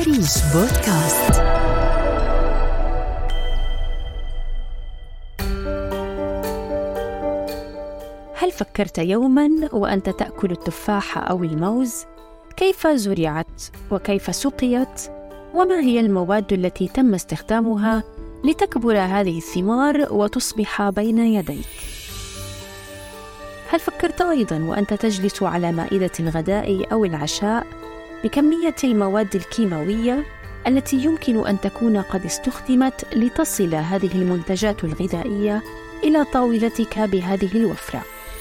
أريج بودكاست. هل فكرت يوماً وأنت تأكل التفاحة أو الموز؟ كيف زرعت؟ وكيف سقيت؟ وما هي المواد التي تم استخدامها لتكبر هذه الثمار وتصبح بين يديك؟ هل فكرت أيضاً وأنت تجلس على مائدة الغداء أو العشاء بكمية المواد الكيماوية التي يمكن أن تكون قد استخدمت لتصل هذه المنتجات الغذائية إلى طاولتك بهذه الوفرة؟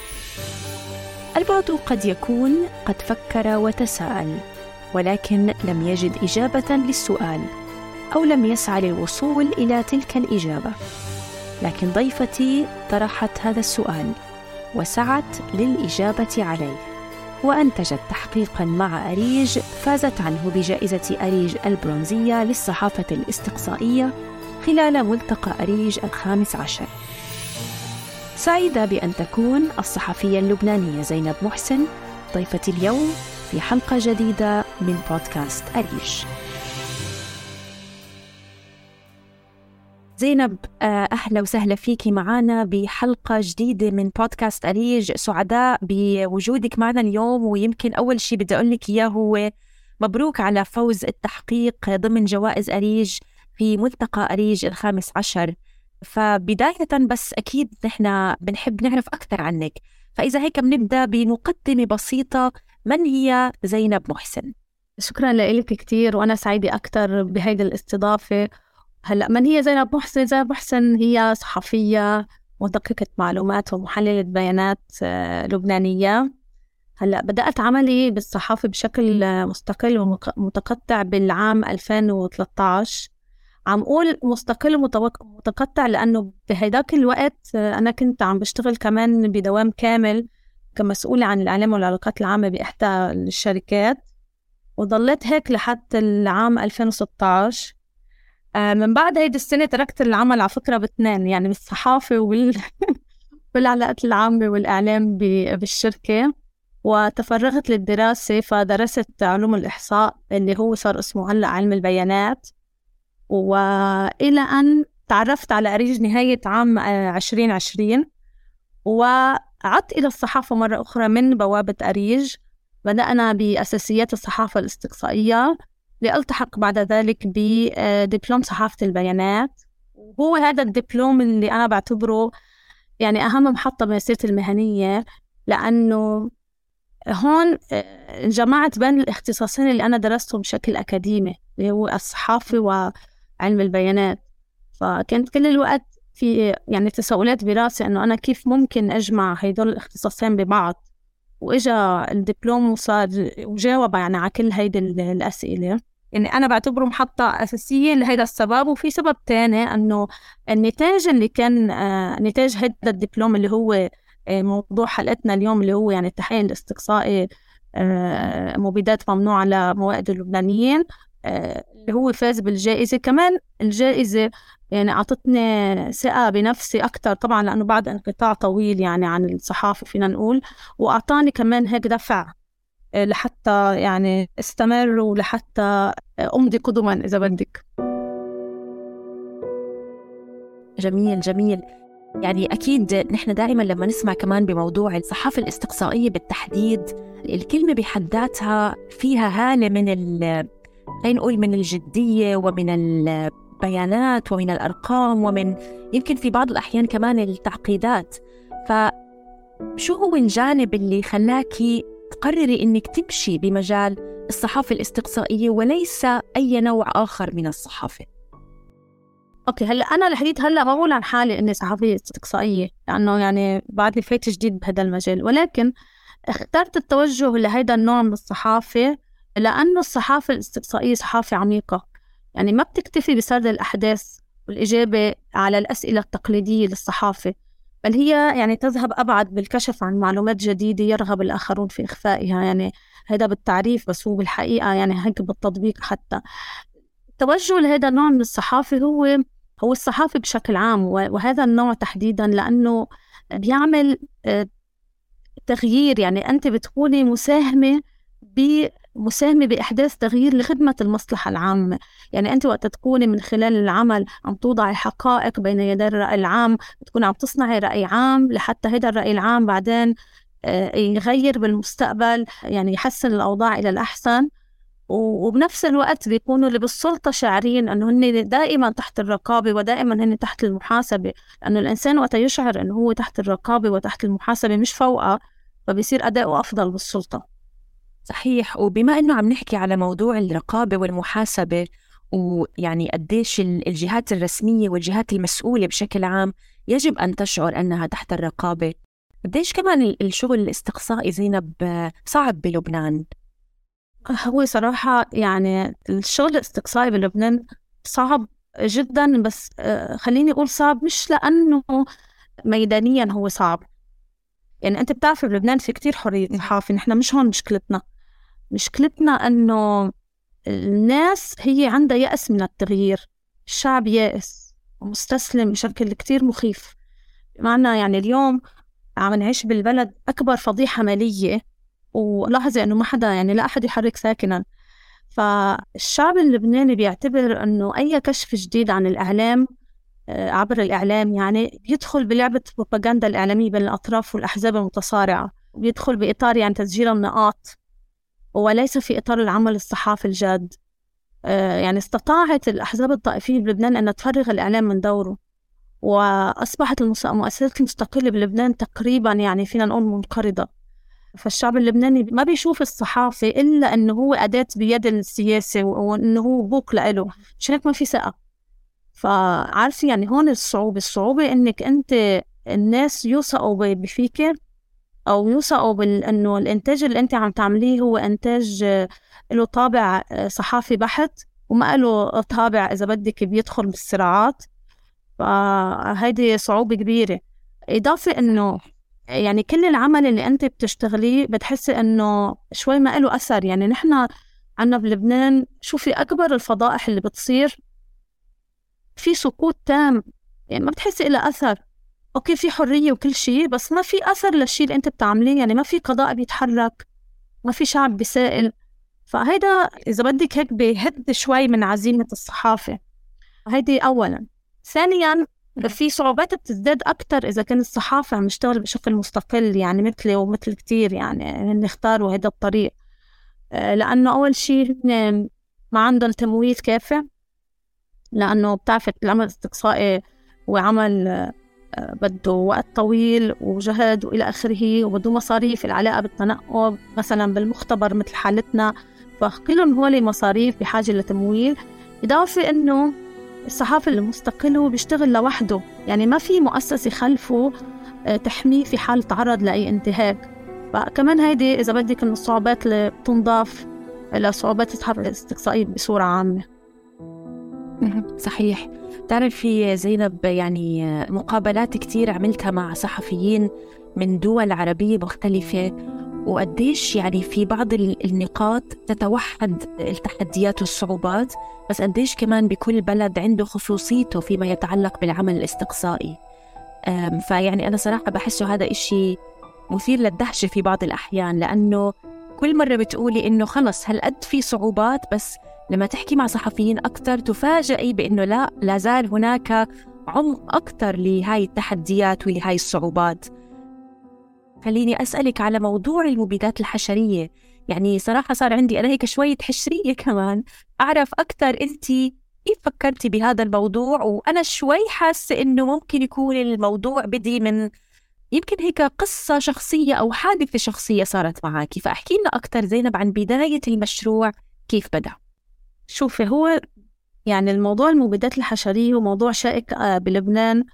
البعض قد يكون قد فكر وتساءل، ولكن لم يجد إجابة للسؤال أو لم يسعى للوصول إلى تلك الإجابة. لكن ضيفتي طرحت هذا السؤال وسعت للإجابة عليه، وأنتجت تحقيقاً مع أريج فازت عنه بجائزة أريج البرونزية للصحافة الاستقصائية خلال ملتقى أريج 15. سعيدة بأن تكون الصحفية اللبنانية زينب محسن ضيفتي اليوم في حلقة جديدة من بودكاست أريج. زينب، أهلا وسهلا فيكي معنا بحلقة جديدة من بودكاست أريج. سعداء بوجودك معنا اليوم، ويمكن أول شيء بدي أقول لك إياه هو مبروك على فوز التحقيق ضمن جوائز أريج في ملتقى أريج 15. فبداية بس أكيد نحن بنحب نعرف أكثر عنك، فإذا هيك بنبدأ بمقدمة بسيطة. من هي زينب محسن؟ شكرا لك كتير، وأنا سعيدة أكثر بهيدي الاستضافة. هلأ من هي زينب محسن؟ زينب محسن هي صحفية ودقيقة معلومات ومحللة بيانات لبنانية. هلأ بدأت عملي بالصحافة بشكل مستقل ومتقطع بالعام 2013. عم أقول مستقل ومتقطع لأنه بهيداك الوقت أنا كنت عم بشتغل كمان بدوام كامل كمسؤولة عن الإعلام والعلاقات العامة بإحدى الشركات، وظلت هيك لحد العام 2016. من بعد هيدي السنة تركت العمل على فكرة باثنين، يعني بالصحافة والعلاقات العامة والإعلام بالشركة، وتفرغت للدراسة. فدرست علوم الإحصاء اللي هو صار اسمه هلأ علم البيانات، وإلى أن تعرفت على أريج نهاية عام 2020، وعدت إلى الصحافة مرة أخرى من بوابة أريج. بدأنا بأساسيات الصحافة الاستقصائية لألتحق بعد ذلك بدبلوم صحافة البيانات، وهو هذا الدبلوم اللي أنا بعتبره يعني أهم محطة بمسيرتي المهنية، لأنه هون جمعت بين الاختصاصين اللي أنا درستهم بشكل أكاديمي، اللي هو الصحافة وعلم البيانات. فكانت كل الوقت في يعني تساؤلات براسي إنه أنا كيف ممكن أجمع هيدول الاختصاصين ببعض، وإجا الدبلوم وصار وجاوب يعني على كل هيدي الأسئلة. يعني أنا بعتبره محطة أساسية لهيدا السبب. وفي سبب تاني أنه النتاج اللي كان نتاج هيدا الدبلوم اللي هو موضوع حلقتنا اليوم، اللي هو يعني التحليل الاستقصائي مبيدات ممنوعة لموائد اللبنانيين، اللي هو فاز بالجائزة. كمان الجائزة يعني أعطتني ثقة بنفسي أكتر طبعا، لأنه بعد انقطاع طويل يعني عن الصحافة فينا نقول، وأعطاني كمان هيك دفع لحتى يعني استمر ولحتى أمضي قدما إذا بدك. جميل جميل. يعني أكيد نحن دائما لما نسمع كمان بموضوع الصحافة الاستقصائية بالتحديد، الكلمة بحد ذاتها فيها هالة من خلينا نقول من الجدية ومن البيانات ومن الأرقام ومن يمكن في بعض الأحيان كمان التعقيدات. فشو هو الجانب اللي خلاكي تقرري إنك تمشي بمجال الصحافة الاستقصائية وليس أي نوع آخر من الصحافة؟ أوكي، هلأ أنا الحديث هلأ ما بقول عن حالي إني صحفية استقصائية، لأنه يعني بعد لي فايت جديد بهذا المجال، ولكن اخترت التوجه لهذا النوع من الصحافة لأنه الصحافة الاستقصائية صحافة عميقة، يعني ما بتكتفي بسرد الأحداث والإجابة على الأسئلة التقليدية للصحافة، بل هي يعني تذهب أبعد بالكشف عن معلومات جديدة يرغب الآخرون في إخفائها. يعني هذا بالتعريف، بس هو بالحقيقة يعني هيك بالتطبيق حتى. التوجه لهذا النوع من الصحافة هو الصحافة بشكل عام، وهذا النوع تحديدا لأنه بيعمل تغيير. يعني أنت بتكوني مساهمة مساهمة بإحداث تغيير لخدمة المصلحة العامة. يعني أنت وقت تكوني من خلال العمل عم توضعي حقائق بين يدي الرأي العام، تكوني عم تصنعي رأي عام لحتى هذا الرأي العام بعدين يغير بالمستقبل، يعني يحسن الأوضاع إلى الأحسن. وبنفس الوقت بيكونوا اللي بالسلطة شاعرين أنه هن دائما تحت الرقابة ودائما هن تحت المحاسبة، لأنه الإنسان وقت يشعر أنه هو تحت الرقابة وتحت المحاسبة مش فوقها، فبيصير أداؤه أفضل بالسلطة. صحيح. وبما أنه عم نحكي على موضوع الرقابة والمحاسبة، ويعني قديش الجهات الرسمية والجهات المسؤولة بشكل عام يجب أن تشعر أنها تحت الرقابة، قديش كمان الشغل الاستقصائي زينب صعب بلبنان؟ هو صراحة يعني الشغل الاستقصائي بلبنان صعب جدا، بس خليني أقول صعب مش لأنه ميدانيا هو صعب. يعني أنت بتعرف بلبنان في كتير حرية صحافة، نحن مش هون مشكلتنا أنه الناس هي عندها يأس من التغيير. الشعب يائس ومستسلم بشكل كتير مخيف. معنا يعني اليوم عم نعيش بالبلد أكبر فضيحة مالية، ولاحظي أنه ما حدا يعني لا أحد يحرك ساكنا. فالشعب اللبناني بيعتبر أنه أي كشف جديد عن الإعلام عبر الإعلام يعني بيدخل بلعبة بروباغندا الإعلامية بين الأطراف والأحزاب المتصارعة، بيدخل بإطار يعني تسجيل النقاط وليس في إطار العمل الصحافي الجاد. يعني استطاعت الأحزاب الطائفية بلبنان أن تفرغ الإعلام من دوره، وأصبحت المؤسسات المستقلة بلبنان تقريبا يعني فينا نقول منقرضة. فالشعب اللبناني ما بيشوف الصحافة إلا أنه هو أداة بيد السياسة وأنه هو بوق لإله، مش هيك ما في ثقة. فعارفي يعني هون الصعوبة إنك أنت الناس يوثقوا بفيك، أو يوثقوا بأنه الإنتاج اللي أنت عم تعمليه هو إنتاج له طابع صحافي بحت، وما له طابع إذا بدك بيدخل بالصراعات. فهيدي صعوبة كبيرة. إضافة إنه يعني كل العمل اللي أنت بتشتغليه بتحسي إنه شوي ما له أثر. يعني نحن عنا بلبنان شوفي أكبر الفضائح اللي بتصير في سكوت تام، يعني ما بتحسي إلى أثر. أوكي في حرية وكل شيء، بس ما في أثر للشيء اللي أنت بتعمليه. يعني ما في قضاء بيتحرك، ما في شعب بيسائل. فهيدا إذا بدك هيك بيهد شوي من عزيمة الصحافة. هيدي أولاً. ثانياً في صعوبات بتزداد أكتر إذا كان الصحافة عم يشتغل بشكل مستقل، يعني مثلي ومثل كتير يعني هن اختاروا هيدا الطريق. لأنه أول شيء هن ما عندهم تمويل كافي، لأنه بتعرف العمل الاستقصائي وعمل بده وقت طويل وجهد وإلى آخره، وبده مصاريف العلاقة بالتنقل مثلا بالمختبر مثل حالتنا. فكلهم هولي مصاريف بحاجة لتمويل. إضافة إنه الصحافي المستقل هو بيشتغل لوحده، يعني ما في مؤسسة خلفه تحميه في حال تعرض لأي انتهاك. فكمان هيدي إذا بدك من الصعوبات اللي بتنضاف لصعوبات الصحافة الاستقصائية بصورة عامة. صحيح. تعرفي زينب، يعني مقابلات كتير عملتها مع صحفيين من دول عربية مختلفة، وقديش يعني في بعض النقاط تتوحد التحديات والصعوبات، بس قديش كمان بكل بلد عنده خصوصيته فيما يتعلق بالعمل الاستقصائي. فيعني أنا صراحة بحسه هذا إشي مثير للدهشة في بعض الأحيان، لأنه كل مرة بتقولي إنه خلص هالقد في صعوبات، بس لما تحكي مع صحفيين أكتر تفاجئي بإنه لا زال هناك عمق أكتر لهاي التحديات ولهاي الصعوبات. خليني أسألك على موضوع المبيدات الحشرية. يعني صراحة صار عندي أنا هيك شوية حشرية كمان، أعرف أكتر أنتي كيف فكرتي بهذا الموضوع. وأنا شوي حاسة إنه ممكن يكون الموضوع بدي من يمكن هيك قصة شخصية أو حادثة شخصية صارت معاكي. فأحكي لنا أكتر زينب عن بداية المشروع، كيف بدأ؟ شوفي، هو يعني الموضوع المبيدات الحشرية هو موضوع شائك بلبنان،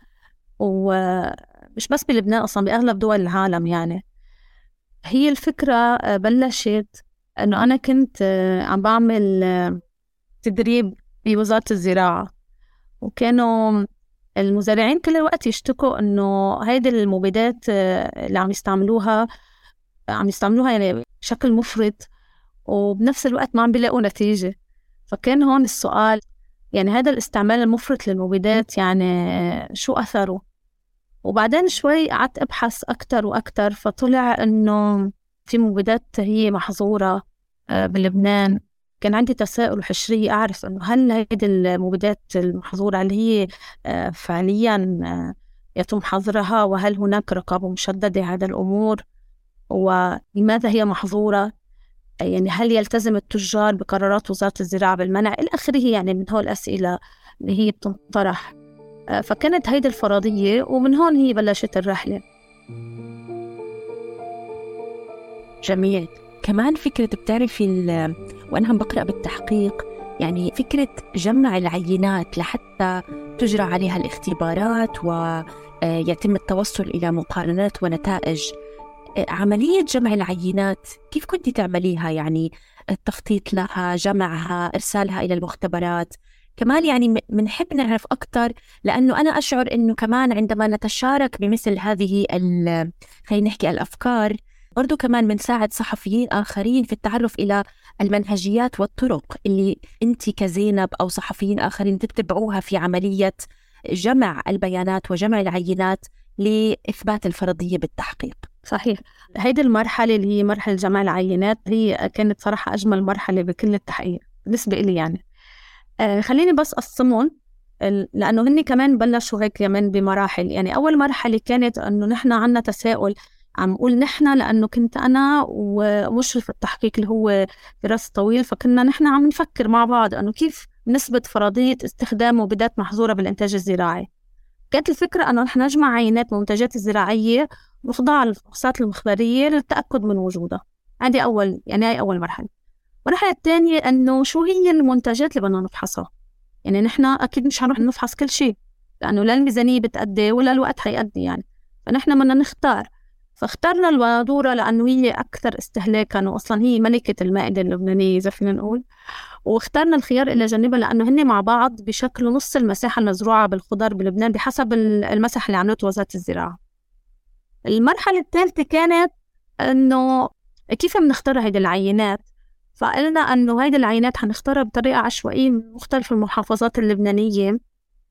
ومش بس بلبنان، أصلا بأغلب دول العالم. يعني هي الفكرة بلشت أنه أنا كنت عم بعمل تدريب بوزارة الزراعة، وكانوا المزارعين كل الوقت يشتكوا أنه هيدي المبيدات اللي عم يستعملوها يعني بشكل مفرط، وبنفس الوقت ما عم بيلاقوا نتيجة. فكان هون السؤال، يعني هذا الاستعمال المفرط للمبيدات يعني شو أثره؟ وبعدين شوي قعدت أبحث أكتر وأكتر، فطلع إنه في مبيدات هي محظورة بلبنان، كان عندي تساؤل وحشرية أعرف إنه هل هيدي المبيدات المحظورة هل هي فعليا يتم حظرها، وهل هناك رقابة مشددة على هذا الأمور، ولماذا هي محظورة، يعني هل يلتزم التجار بقرارات وزارة الزراعة بالمنع إلى آخره، يعني من هول الأسئلة اللي هي بتنطرح. فكانت هيدي الفرضية، ومن هون هي بلشت الرحلة. جميل. كمان فكرة بتعرفي وأنا هم بقرأ بالتحقيق، يعني فكرة جمع العينات لحتى تجرى عليها الاختبارات ويتم التوصل إلى مقارنات ونتائج. عملية جمع العينات كيف كنت تعمليها؟ يعني التخطيط لها، جمعها، إرسالها إلى المختبرات. كمان يعني منحب نعرف أكتر، لأنه أنا أشعر أنه كمان عندما نتشارك بمثل هذه خلينا نحكي الأفكار، برضو كمان منساعد صحفيين آخرين في التعرف إلى المنهجيات والطرق اللي أنت كزينب أو صحفيين آخرين تتبعوها في عملية جمع البيانات وجمع العينات لإثبات الفرضية بالتحقيق. صحيح. هيدي المرحلة اللي هي مرحلة جمع العينات هي كانت صراحة أجمل مرحلة بكل التحقيق بالنسبة إلي. يعني خليني بس أقسمهم، لأنه هني كمان بلشوا هيك كمان بمراحل. يعني أول مرحلة كانت أنه نحن عنا تساؤل، عم أقول نحن لأنه كنت أنا ومشرف التحقيق اللي هو فراس طويل، فكنا نحن عم نفكر مع بعض أنه كيف نثبت فرضية استخدام مبيدات محظورة بالإنتاج الزراعي. كانت الفكرة أنه نحن نجمع عينات من المنتجات الزراعية ونخضعها للفحوصات المخبرية للتأكد من وجودها. هذه هاي أول مرحلة. والمرحلة الثانية أنه شو هي المنتجات اللي بدنا نفحصها. يعني نحن أكيد مش هنروح نفحص كل شيء، لأنه لا الميزانية بتأدي ولا الوقت هيأدي يعني. فنحن بدنا نختار. فاخترنا البندورة لأنه هي أكثر استهلاكاً، وأصلاً هي ملكة المائدة اللبنانية إذا فينا نقول. واخترنا الخيار إلى جانبها لأنه هن مع بعض بشكل نص المساحة المزروعة بالخضار بلبنان بحسب المساحة اللي عملته وزارة الزراعة. المرحلة الثالثة كانت أنه كيف بنختار هيدي العينات. فقلنا أنه هيدي العينات هنختارها بطريقة عشوائية من مختلف المحافظات اللبنانية،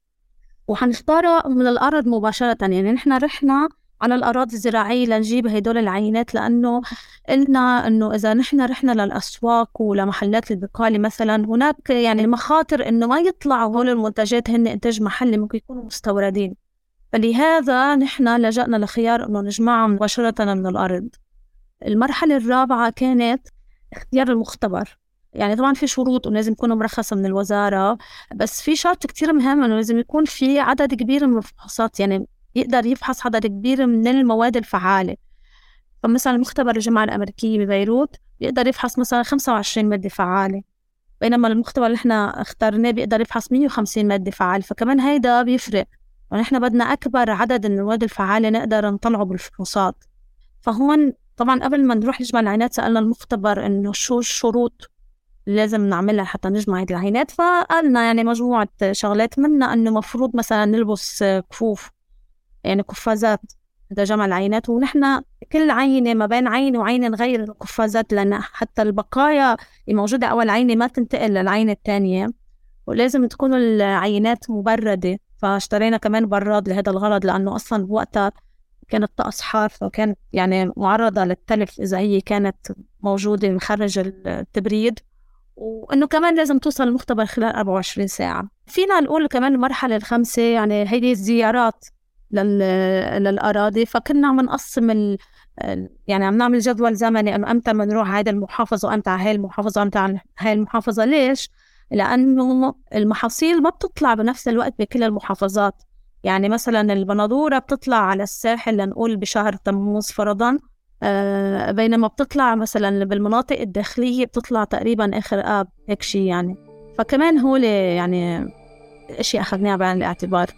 وهنختارها من الأرض مباشرة. يعني نحن رحنا على الأراضي الزراعية لنجيب هيدول العينات، لأنه قلنا أنه إذا نحن رحنا للأسواق ولمحلات البقالة مثلا، هناك يعني مخاطر أنه ما يطلعوا هول المنتجات هن إنتاج محلي، ممكن يكونوا مستوردين. فلهذا نحن لجأنا لخيار أنه نجمعهم مباشرة من الأرض. المرحلة الرابعة كانت اختيار المختبر. يعني طبعا في شروط ولازم يكون مرخص من الوزارة، بس في شرط كتير مهم أنه لازم يكون في عدد كبير من الفحوصات، يعني يقدر يفحص عدد كبير من المواد الفعالة. فمثلا مختبر الجامعة الأمريكية ببيروت بيقدر يفحص مثلا 25 مادة فعالة، بينما المختبر اللي احنا اخترناه بيقدر يفحص 150 مادة فعالة. فكمان هيدا بيفرق، ونحن بدنا أكبر عدد من المواد الفعالة نقدر نطلعه بالفحوصات. فهون طبعا قبل ما نروح نجمع العينات سألنا المختبر إنه شو الشروط اللي لازم نعملها حتى نجمع هذه العينات. فقالنا يعني مجموعة شغلات، منها إنه مفروض مثلا نلبس كفوف، يعني قفازات ده جمع العينات. ونحن كل عينة ما بين عينة وعينة نغير القفازات، لأن حتى البقايا الموجودة أول عينة ما تنتقل للعينة الثانية، ولازم تكون العينات مبردة. فاشترينا كمان براد لهذا الغرض، لأنه أصلا بوقتها كانت طقس حار، فكانت يعني معرضة للتلف إذا هي كانت موجودة من خارج التبريد. وإنه كمان لازم توصل المختبر خلال 24 ساعة. فينا نقول كمان المرحلة الخامسة يعني هيدي الزيارات للأراضي. فكنا عم نقسم يعني عم نعمل جدول زمني أنه أمتى بنروح هيدا المحافظة وأمتى على هاي المحافظة وأمتى على هاي المحافظة. ليش؟ لأنه المحاصيل ما بتطلع بنفس الوقت بكل المحافظات. يعني مثلا البندورة بتطلع على الساحل لنقول بشهر تموز فرضا، بينما بتطلع مثلا بالمناطق الداخلية بتطلع تقريبا آخر آب، هيك شيء يعني. فكمان هول يعني أشياء أخذناها بعين الاعتبار.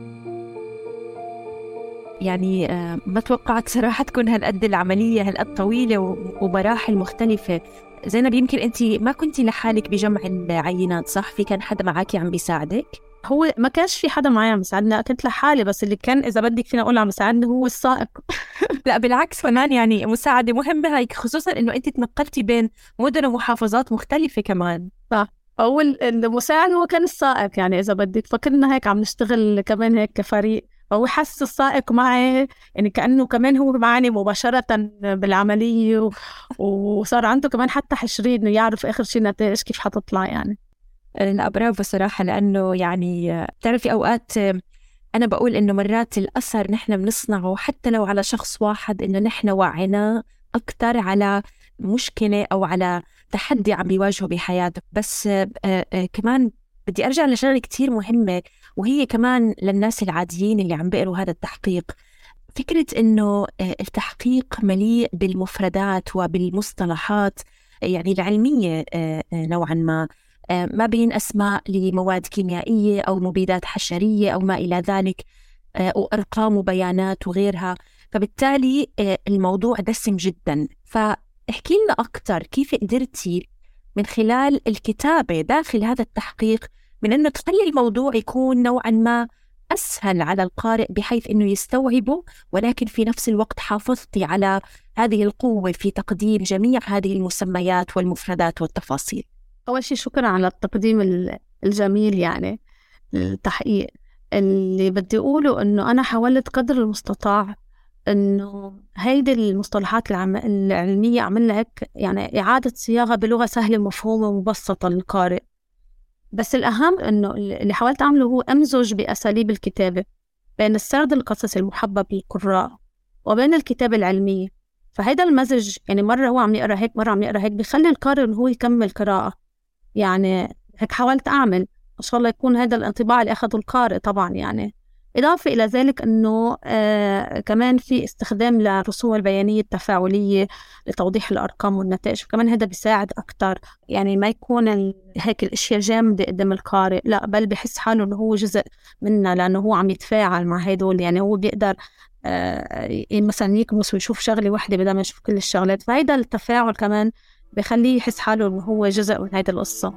يعني ما توقعت صراحة تكون هالقد العملية هالقد طويلة ومراحل مختلفة. زينب، يمكن أنت ما كنتي لحالك بجمع العينات صح؟ في كان حدا معاكي عم بيساعدك؟ هو ما كانش في حدا معي عم يساعدنا، كنت لحالي، بس اللي كان إذا بدك فينا أقول عم يساعدني هو السائق. لا بالعكس، كمان يعني مساعدة مهمة هيك، خصوصا إنه أنت تنقلتي بين مدن ومحافظات مختلفة كمان. صح. أول المساعد هو كان السائق يعني إذا بدك. فكنا هيك عم نشتغل كمان هيك كفريق، فهو حس السائق معي يعني كأنه كمان هو معي مباشرة بالعملية وصار عنده كمان حتى حشرين إنه يعرف آخر شيء النتائج كيف حتطلع يعني. لا برافو صراحة، لأنه يعني بتعرفي أوقات أنا بقول إنه مرات الأثر نحن بنصنعه حتى لو على شخص واحد، إنه نحن وعينا أكتر على مشكلة أو على تحدي عم بيواجهه بحياته. بس كمان بدي أرجع لشغلة كتير مهمة، وهي كمان للناس العاديين اللي عم بيقروا هذا التحقيق. فكرة إنه التحقيق مليء بالمفردات وبالمصطلحات يعني العلمية نوعا ما بين أسماء لمواد كيميائية أو مبيدات حشرية أو ما إلى ذلك، وأرقام وبيانات وغيرها. فبالتالي الموضوع دسم جدا. فاحكي لنا أكتر كيف قدرتي من خلال الكتابة داخل هذا التحقيق من أنه تخلي الموضوع يكون نوعا ما أسهل على القارئ بحيث أنه يستوعبه، ولكن في نفس الوقت حافظتي على هذه القوة في تقديم جميع هذه المسميات والمفردات والتفاصيل. أول شيء شكرا على التقديم الجميل يعني التحقيق. اللي بدي أقوله أنه أنا حاولت قدر المستطاع أنه هيدي المصطلحات العلمية أعمل لها يعني إعادة صياغة بلغة سهلة مفهومة ومبسطة للقارئ. بس الأهم أنه اللي حاولت أعمله هو أمزج بأساليب الكتابة بين السرد القصصي المحبب للقراء وبين الكتابة العلمية. فهيدا المزج يعني مرة هو عم يقرأ هيك مرة عم يقرأ هيك بيخلي القارئ أنه هو يكمل قراءة. يعني هيك حاولت أعمل إن شاء الله يكون هذا الانطباع اللي أخذه القارئ طبعا. يعني إضافة إلى ذلك أنه كمان في استخدام للرسوم البيانية التفاعلية لتوضيح الأرقام والنتائج، وكمان هذا بيساعد أكتر يعني ما يكون هيك الأشياء جامدة قدام القارئ، لا بل بحس حاله أنه هو جزء منا لأنه هو عم يتفاعل مع هيدول. يعني هو بيقدر مثلا يكبس ويشوف شغلة واحدة بدل ما يشوف كل الشغلات. فهيدا التفاعل كمان بيخليه يحس حاله أنه هو جزء من هيدا القصة.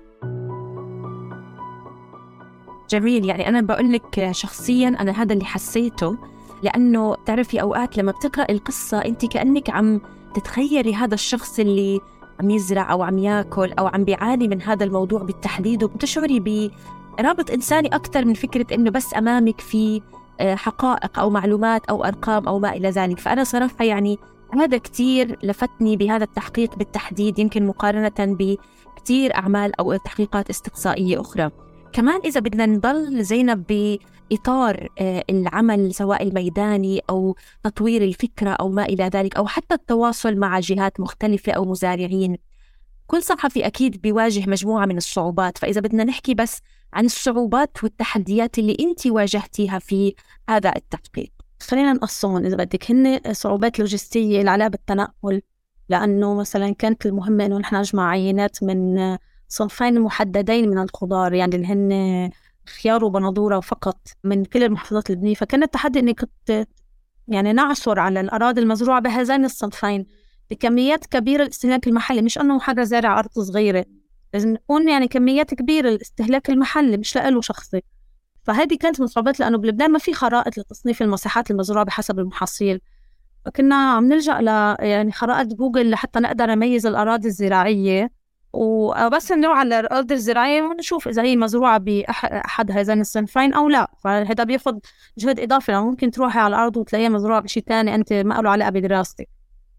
جميل. يعني أنا بقول لك شخصياً أنا هذا اللي حسيته، لأنه تعرفي أوقات لما بتقرأ القصة أنت كأنك عم تتخيلي هذا الشخص اللي عم يزرع أو عم يأكل أو عم بيعاني من هذا الموضوع بالتحديد، وبتشعري برابط إنساني أكتر من فكرة إنه بس أمامك في حقائق أو معلومات أو أرقام أو ما إلى ذلك. فأنا صراحة يعني هذا كتير لفتني بهذا التحقيق بالتحديد، يمكن مقارنة بكتير أعمال أو تحقيقات استقصائية أخرى. كمان إذا بدنا نضل زينب بإطار العمل سواء الميداني أو تطوير الفكرة أو ما إلى ذلك، أو حتى التواصل مع جهات مختلفة أو مزارعين، كل صحفي أكيد بيواجه مجموعة من الصعوبات. فإذا بدنا نحكي بس عن الصعوبات والتحديات اللي أنت واجهتيها في هذا التحقيق، خلينا نقسمهم إذا بدك. هن صعوبات لوجستية العلاقة بالتنقل، لأنه مثلا كانت المهمة إنه نحن نجمع عينات من صنفين محددين من الخضار، يعني اللي هن خيار وبندورة فقط من كل المحافظات اللبنانية. فكان التحدي إني كنت يعني نعثر على الأراضي المزروعة بهذين الصنفين بكميات كبيرة الاستهلاك المحلي، مش أنه حدا زارع أرض صغيرة، لازم نكون يعني كميات كبيرة الاستهلاك المحلي مش لأله شخصي. فهذه كانت من الصعوبات، لأنه بلبنان ما في خرائط لتصنيف المساحات المزروعة بحسب المحاصيل. فكنا عم نلجأ يعني خرائط جوجل لحتى نقدر نميز الأراضي الزراعية، وبس نروح على الأرض الزراعية ونشوف إذا هي مزروعة بأحد هذين الصنفين أو لا. فهذا بياخد جهد إضافي، لأنه ممكن تروحي على الأرض وتلاقيها مزروعة بشيء تاني أنت ما له علاقة بدراستك.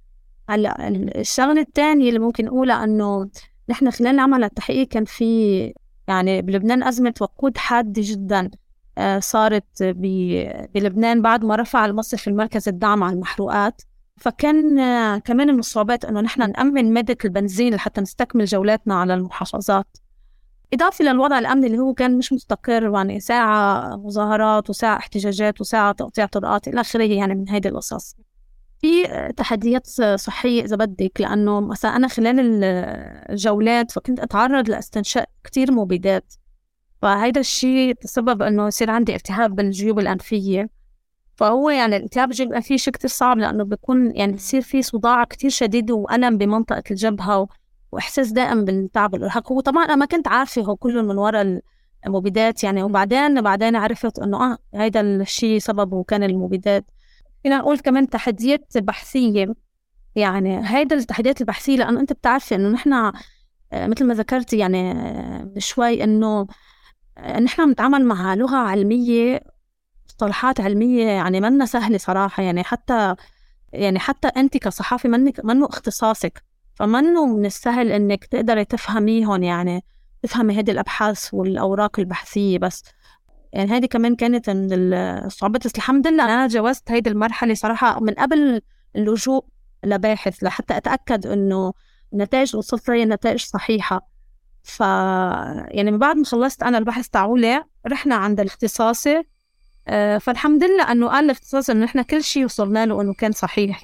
هلا الشغلة الثانية اللي ممكن أقولها أنه نحن خلال عمل التحقيق كان في يعني بلبنان أزمة وقود حادة جدا صارت بلبنان بعد ما رفع المصرف المركزي الدعم على المحروقات. فكان كمان من الصعوبات أنه نحن نأمن مادة البنزين لحتى نستكمل جولاتنا على المحافظات، إضافة للوضع الأمني اللي هو كان مش مستقر، يعني ساعة مظاهرات وساعة احتجاجات وساعة تقطيع طرقات إلى آخره يعني من هيدي القصص. في تحديات صحية إذا بدك، لأنه مثلا أنا خلال الجولات فكنت أتعرض لاستنشاق كتير مبيدات، فهيدا الشيء تسبب أنه يصير عندي التهاب بالجيوب الأنفية. فهو يعني الالتهاب الجيوب الأنفية شيء كتير صعب، لأنه بيكون يعني بصير فيه صداع كتير شديد وألم بمنطقة الجبهة وإحساس دائم بالتعب والإرهاق. هو طبعا أنا ما كنت عارفة هو كله من وراء المبيدات يعني، وبعدين عرفت أنه هيدا الشيء سببه كان المبيدات. فينا نقول كمان تحديات بحثية، يعني هيدا التحديات البحثية لأنه أنت بتعرفي أنه نحن مثل ما ذكرت يعني شوي أنه نحن نتعامل مع لغة علمية مصطلحات علمية يعني منا سهلة صراحة. يعني حتى أنت كصحافي منه اختصاصك، فمنه من السهل إنك تقدري تفهميهم، يعني تفهمي هذه الأبحاث والأوراق البحثية. بس يعني هذه كمان كانت من الصعوبات. بس الحمد لله أنا جاوزت هذه المرحلة صراحة من قبل اللجوء لباحث، لحتى أتأكد إنه النتائج اللي وصلت لي نتائج صحيحة. يعني من بعد ما خلصت أنا البحث تاعولي رحنا عند الاختصاصي، فالحمد لله أنه قال الاختصاص أنه إحنا كل شيء وصلنا له أنه كان صحيح.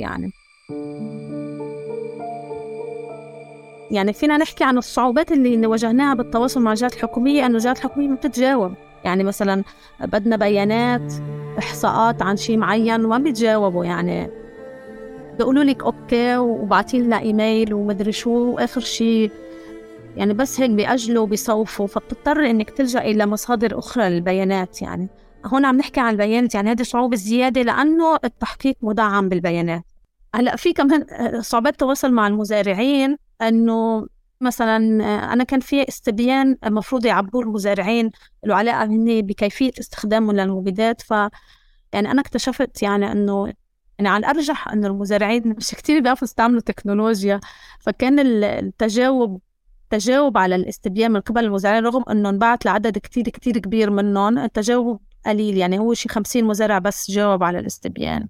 يعني فينا نحكي عن الصعوبات اللي واجهناها بالتواصل مع الجهات الحكومية، أنه الجهات الحكومية ما بتتجاوب. يعني مثلا بدنا بيانات إحصاءات عن شيء معين وما بيتجاوبوا، يعني بيقولوا لك أوكي وبعتين لنا إيميل ومدري شو، وآخر شيء يعني بس هيك بيأجلوا بيصوفوا، فبتضطر إنك تلجأ إلى مصادر أخرى للبيانات. يعني هون عم نحكي عن البيانات، يعني هذه صعوبة زيادة لأنه التحقيق مدعم بالبيانات. هلأ في كمان صعوبات التواصل مع المزارعين، أنه مثلا أنا كان في استبيان مفروض يعبوه المزارعين له علاقة هني بكيفية استخدامه للمبيدات. يعني أنا اكتشفت يعني أنه يعني على الأرجح أن المزارعين مش كتير بيعرفوا يستعملوا تكنولوجيا، فكان التجاوب على الاستبيان من قبل المزارعين رغم أنه انبعت لعدد كتير كتير كبير منهم، التجاوب قليل. يعني هو شي 50 مزارع بس جاوب على الاستبيان.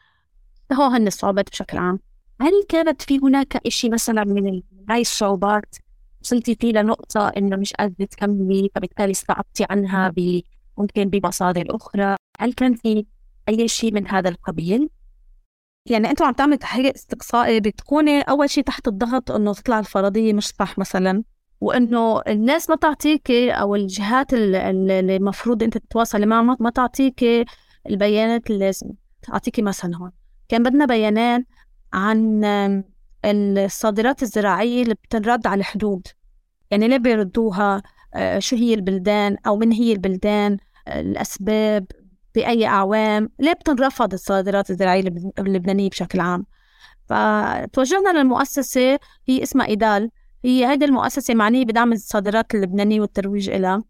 هن الصعوبات بشكل عام. هل كانت في هناك إشي مثلا من هاي الصعوبات وصلتي فيه لنقطة إنه مش قادرة تكملي فبالتالي استعبتي عنها ممكن بمصادر أخرى؟ هل كان في أي شيء من هذا القبيل؟ يعني أنتوا عم تعمل تحقيق استقصائي، بتكوني أول شيء تحت الضغط إنه تطلع الفرضية مش صح مثلا، وإنه الناس ما تعطيكي أو الجهات اللي مفروض أنت تتواصلي معها ما تعطيكي البيانات اللي لازم تعطيكي. مثلا هون كان بدنا بيانات عن الصادرات الزراعية اللي بتنرد على الحدود، يعني ليه بيردوها، شو هي البلدان أو من هي البلدان، الأسباب، بأي أعوام، ليه بتنرفض الصادرات الزراعية اللبنانية بشكل عام. فتوجهنا للمؤسسة هي اسمها إيدال، هي هيدي المؤسسة معنية بدعم الصادرات اللبنانية والترويج إلها.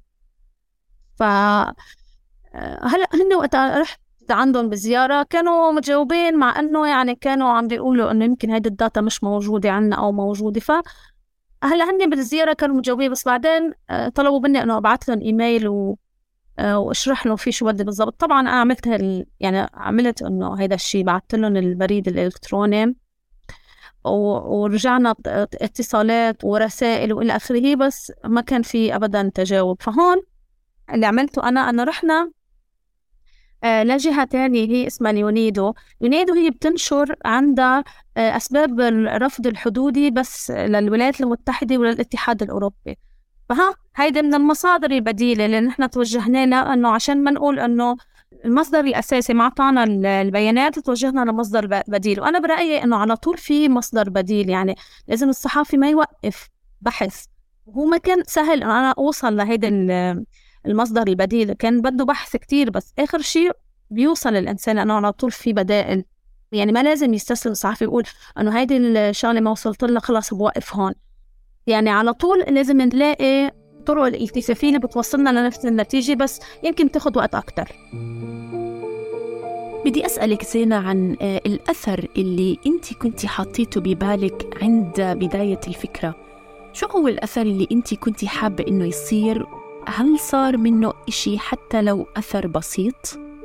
هلأ هن وقت رحت عندهم بزيارة كانوا متجاوبين، مع أنه يعني كانوا عم بيقولوا أنه يمكن هيدي الداتا مش موجودة عنا أو موجودة. هلأ هن بالزيارة كانوا متجاوبين، بس بعدين طلبوا مني أنه أبعث لهم إيميل واشرح له في شو بدي بالضبط. طبعا أنا عملت إنه هيدا الشيء، بعثت لهم البريد الإلكتروني ورجعنا اتصالات ورسائل وإلى آخره، بس ما كان في أبدا تجاوب. فهون اللي عملته أنا رحنا لجهة تانية هي اسمها يونيدو هي بتنشر عندها أسباب الرفض الحدودي بس للولايات المتحدة وللاتحاد الأوروبي. هيدا من المصادر البديلة اللي نحن توجهنا لها، أنه عشان ما نقول أنه المصدر الأساسي ما أعطانا البيانات توجهنا لمصدر بديل. وأنا برأيي أنه على طول في مصدر بديل، يعني لازم الصحافي ما يوقف بحث. هو ما كان سهل أن أنا أوصل لهيدا المصدر البديل، كان بده بحث كتير، بس آخر شيء بيوصل الإنسان لأنه على طول في بدائل. يعني ما لازم يستسلم الصحافي يقول أنه هيدي الشغلة ما وصلت لها خلاص بوقف هون. يعني على طول لازم نلاقي طرق الالتفافية اللي بتوصلنا لنفس النتيجة، بس يمكن تاخد وقت أكتر. بدي أسألك زينة عن الأثر اللي أنت كنتي حطيته ببالك عند بداية الفكرة. شو هو الأثر اللي أنت كنتي حابة إنه يصير؟ هل صار منه إشي حتى لو أثر بسيط؟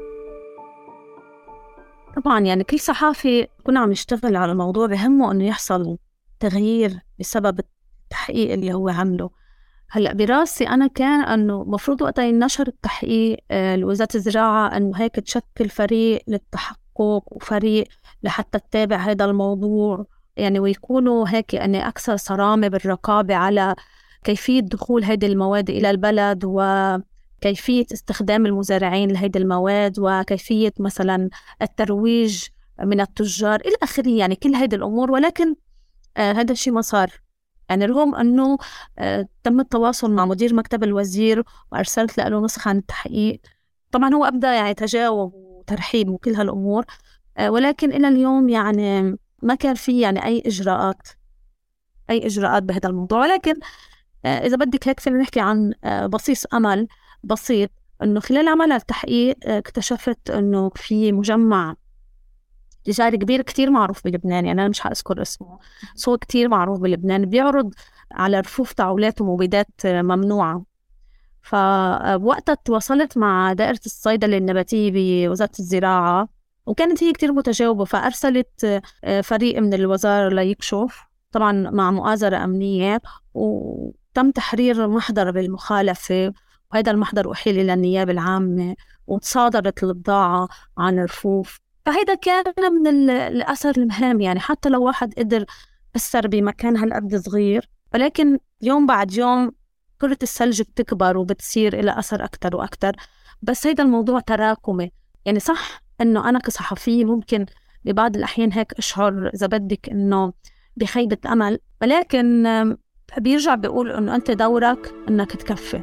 طبعا يعني كل صحافي كنا عم يشتغل على الموضوع بهمه إنه يحصل تغيير بسبب التحقيق اللي هو عمله. هلأ براسي أنا كان أنه مفروض وقتها ينشر التحقيق لوزارة الزراعة أنه هيك تشكل فريق للتحقق وفريق لحتى تتابع هذا الموضوع، يعني ويكونوا هيك يعني أكثر صرامة بالرقابة على كيفية دخول هذه المواد إلى البلد وكيفية استخدام المزارعين لهذه المواد وكيفية مثلا الترويج من التجار إلى آخره، يعني كل هذه الأمور. ولكن هذا الشيء ما صار. يعني رغم أنه تم التواصل مع مدير مكتب الوزير وأرسلت له نسخة عن التحقيق، طبعا هو أبدأ يعني تجاوب وترحيب وكل هالأمور، ولكن إلى اليوم يعني ما كان في يعني أي إجراءات بهذا الموضوع. ولكن إذا بدك هيك فينا نحكي عن بصيص أمل بسيط، أنه خلال عمل التحقيق اكتشفت أنه في مجمع تجاري كبير كتير معروف بلبنان، يعني أنا مش هأذكر اسمه، بس هو كتير معروف بلبنان، بيعرض على رفوف تعولات ومبيدات ممنوعة. فوقتها تواصلت مع دائرة الصيدلة النباتية بوزارة الزراعة، وكانت هي كتير متجاوبة، فأرسلت فريق من الوزارة ليكشف، طبعا مع مؤازرة أمنية، وتم تحرير محضر بالمخالفة، وهذا المحضر أحيل إلى النيابة العامة، وتصادرت البضاعة عن رفوف. فهيدا كان من الأثر المهم، يعني حتى لو واحد قدر أثر بمكان هالقد صغير، ولكن يوم بعد يوم كرة الثلج بتكبر وبتصير إلى أثر أكتر وأكتر. بس هيدا الموضوع تراكمي، يعني صح إنه أنا كصحفية ممكن ببعض الأحيان هيك أشعر إذا بدك إنه بخيبة أمل، ولكن بيرجع بيقول إنه أنت دورك إنك تكفي.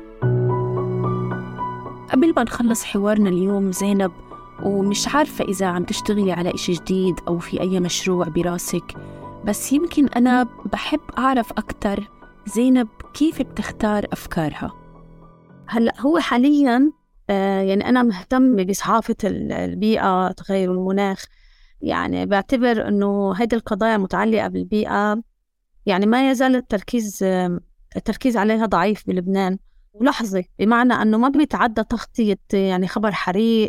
قبل ما نخلص حوارنا اليوم زينب، ومش عارفة إذا عم تشتغلي على إشي جديد أو في أي مشروع براسك، بس يمكن أنا بحب أعرف أكتر زينب كيف بتختار أفكارها. هلأ هو حالياً يعني أنا مهتم بصحافة البيئة، تغير المناخ، يعني بعتبر أنه هذه القضايا المتعلقة بالبيئة يعني ما يزال التركيز عليها ضعيف بلبنان ولحظة، بمعنى أنه ما بيتعدى تغطية يعني خبر حريق،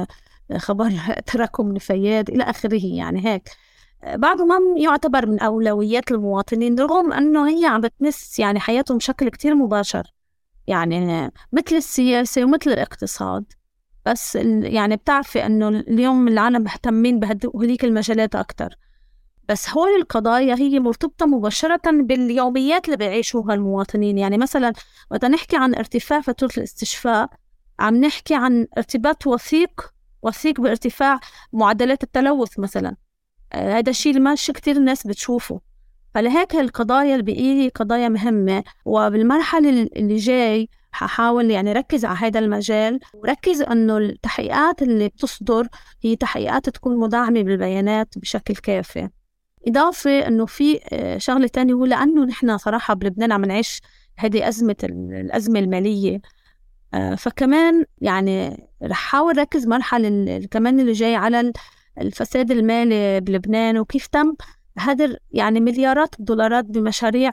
خبر تراكم نفايات إلى آخره، يعني هيك بعضه ما يعتبر من أولويات المواطنين، رغم أنه هي عم بتمس يعني حياتهم بشكل كتير مباشر، يعني مثل السياسة ومثل الاقتصاد. بس يعني بتعرفي أنه اليوم العالم مهتمين بهذيك المجالات أكتر، بس هول القضايا هي مرتبطة مباشرة باليوميات اللي بيعيشوها المواطنين. يعني مثلا وقت نحكي عن ارتفاع فاتورة الاستشفاء، عم نحكي عن ارتباط وثيق بارتفاع معدلات التلوث مثلا، هذا الشيء اللي ماشي كتير الناس بتشوفه. فلهيك القضايا البيئية قضايا مهمة، وبالمرحلة اللي جاي ححاول يعني ركز على هذا المجال، وركز أنه التحقيقات اللي بتصدر هي تحقيقات تكون مدعمة بالبيانات بشكل كافي. إضافة أنه في شغلة تانية، هو لأنه نحن صراحة بلبنان عم نعيش هذه الأزمة المالية، فكمان يعني رح حاول ركز مرحلة كمان اللي جاي على الفساد المالي بلبنان، وكيف تم هدر يعني مليارات الدولارات بمشاريع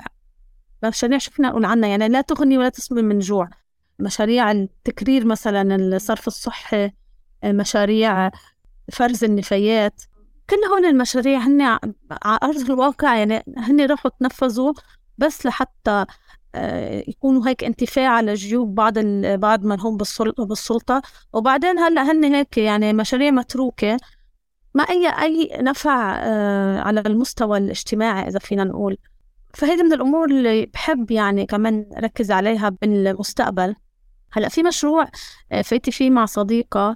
شفنا نقول عنها يعني لا تغني ولا تسمن من جوع، مشاريع التكرير مثلا، الصرف الصحي، مشاريع فرز النفايات، كل هون المشاريع هن على أرض الواقع يعني هن راحوا تنفذوا بس لحتى يكونوا هيك انتفاع على جيوب بعض من هم بالسلطة، وبعدين هلأ هن هيك يعني مشاريع متروكة ما أي نفع على المستوى الاجتماعي إذا فينا نقول. فهذه من الأمور اللي بحب يعني كمان ركز عليها بالمستقبل. هلأ في مشروع فايتي فيه مع صديقة،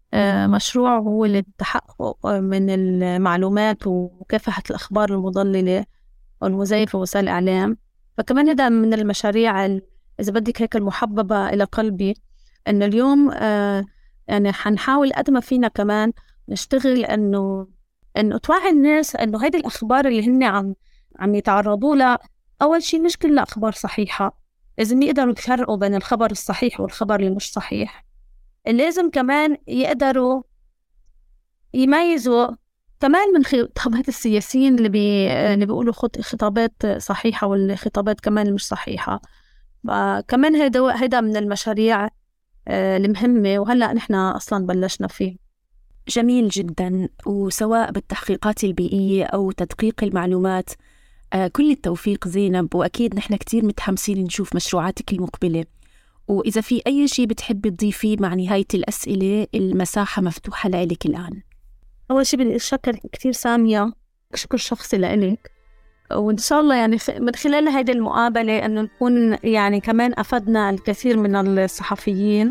مشروع هو للتحقق من المعلومات ومكافحة الأخبار المضللة والمزيفة وسائل الإعلام. فكمان هذا من المشاريع إذا بدك هيك المحببة إلى قلبي، إن اليوم يعني حنحاول قد ما فينا كمان نشتغل إنه توعي الناس إنه هذه الأخبار اللي هن عم يتعرضوا لها، أول شيء مش كلها أخبار صحيحة، لازم يقدروا يفرقوا بين الخبر الصحيح والخبر اللي مش صحيح. لازم كمان يقدروا يميزوا كمان من خطابات السياسيين اللي بيقولوا خطابات صحيحة والخطابات كمان مش صحيحة. كمان هيدا من المشاريع المهمة، وهلأ نحن أصلا بلشنا فيه. جميل جدا، وسواء بالتحقيقات البيئية أو تدقيق المعلومات، كل التوفيق زينب، وأكيد نحن كتير متحمسين نشوف مشروعاتك المقبلة. وإذا في أي شيء بتحبي تضيفيه مع نهاية الأسئلة، المساحة مفتوحة لك الآن. أول شيء بدي أشكر كتير سامية، شكر شخصي لإلك، وإن شاء الله يعني من خلال هذه المقابلة أنه نكون يعني كمان أفدنا الكثير من الصحفيين.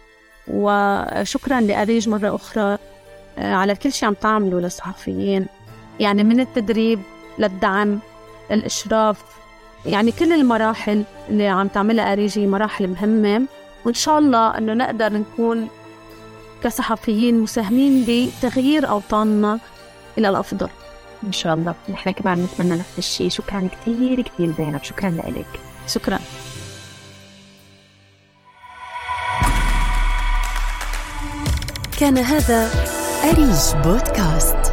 وشكرا لأريج مرة أخرى على كل شيء عم تعملوا للصحفيين، يعني من التدريب للدعم للإشراف، يعني كل المراحل اللي عم تعملها أريجي مراحل مهمة، وإن شاء الله أنه نقدر نكون كصحفيين مساهمين بتغيير أوطاننا إلى الأفضل إن شاء الله. نحن كمان نتمنى نفس الشيء. شكرا كتير زينب، شكرا لك. شكرا. كان هذا أريج بودكاست.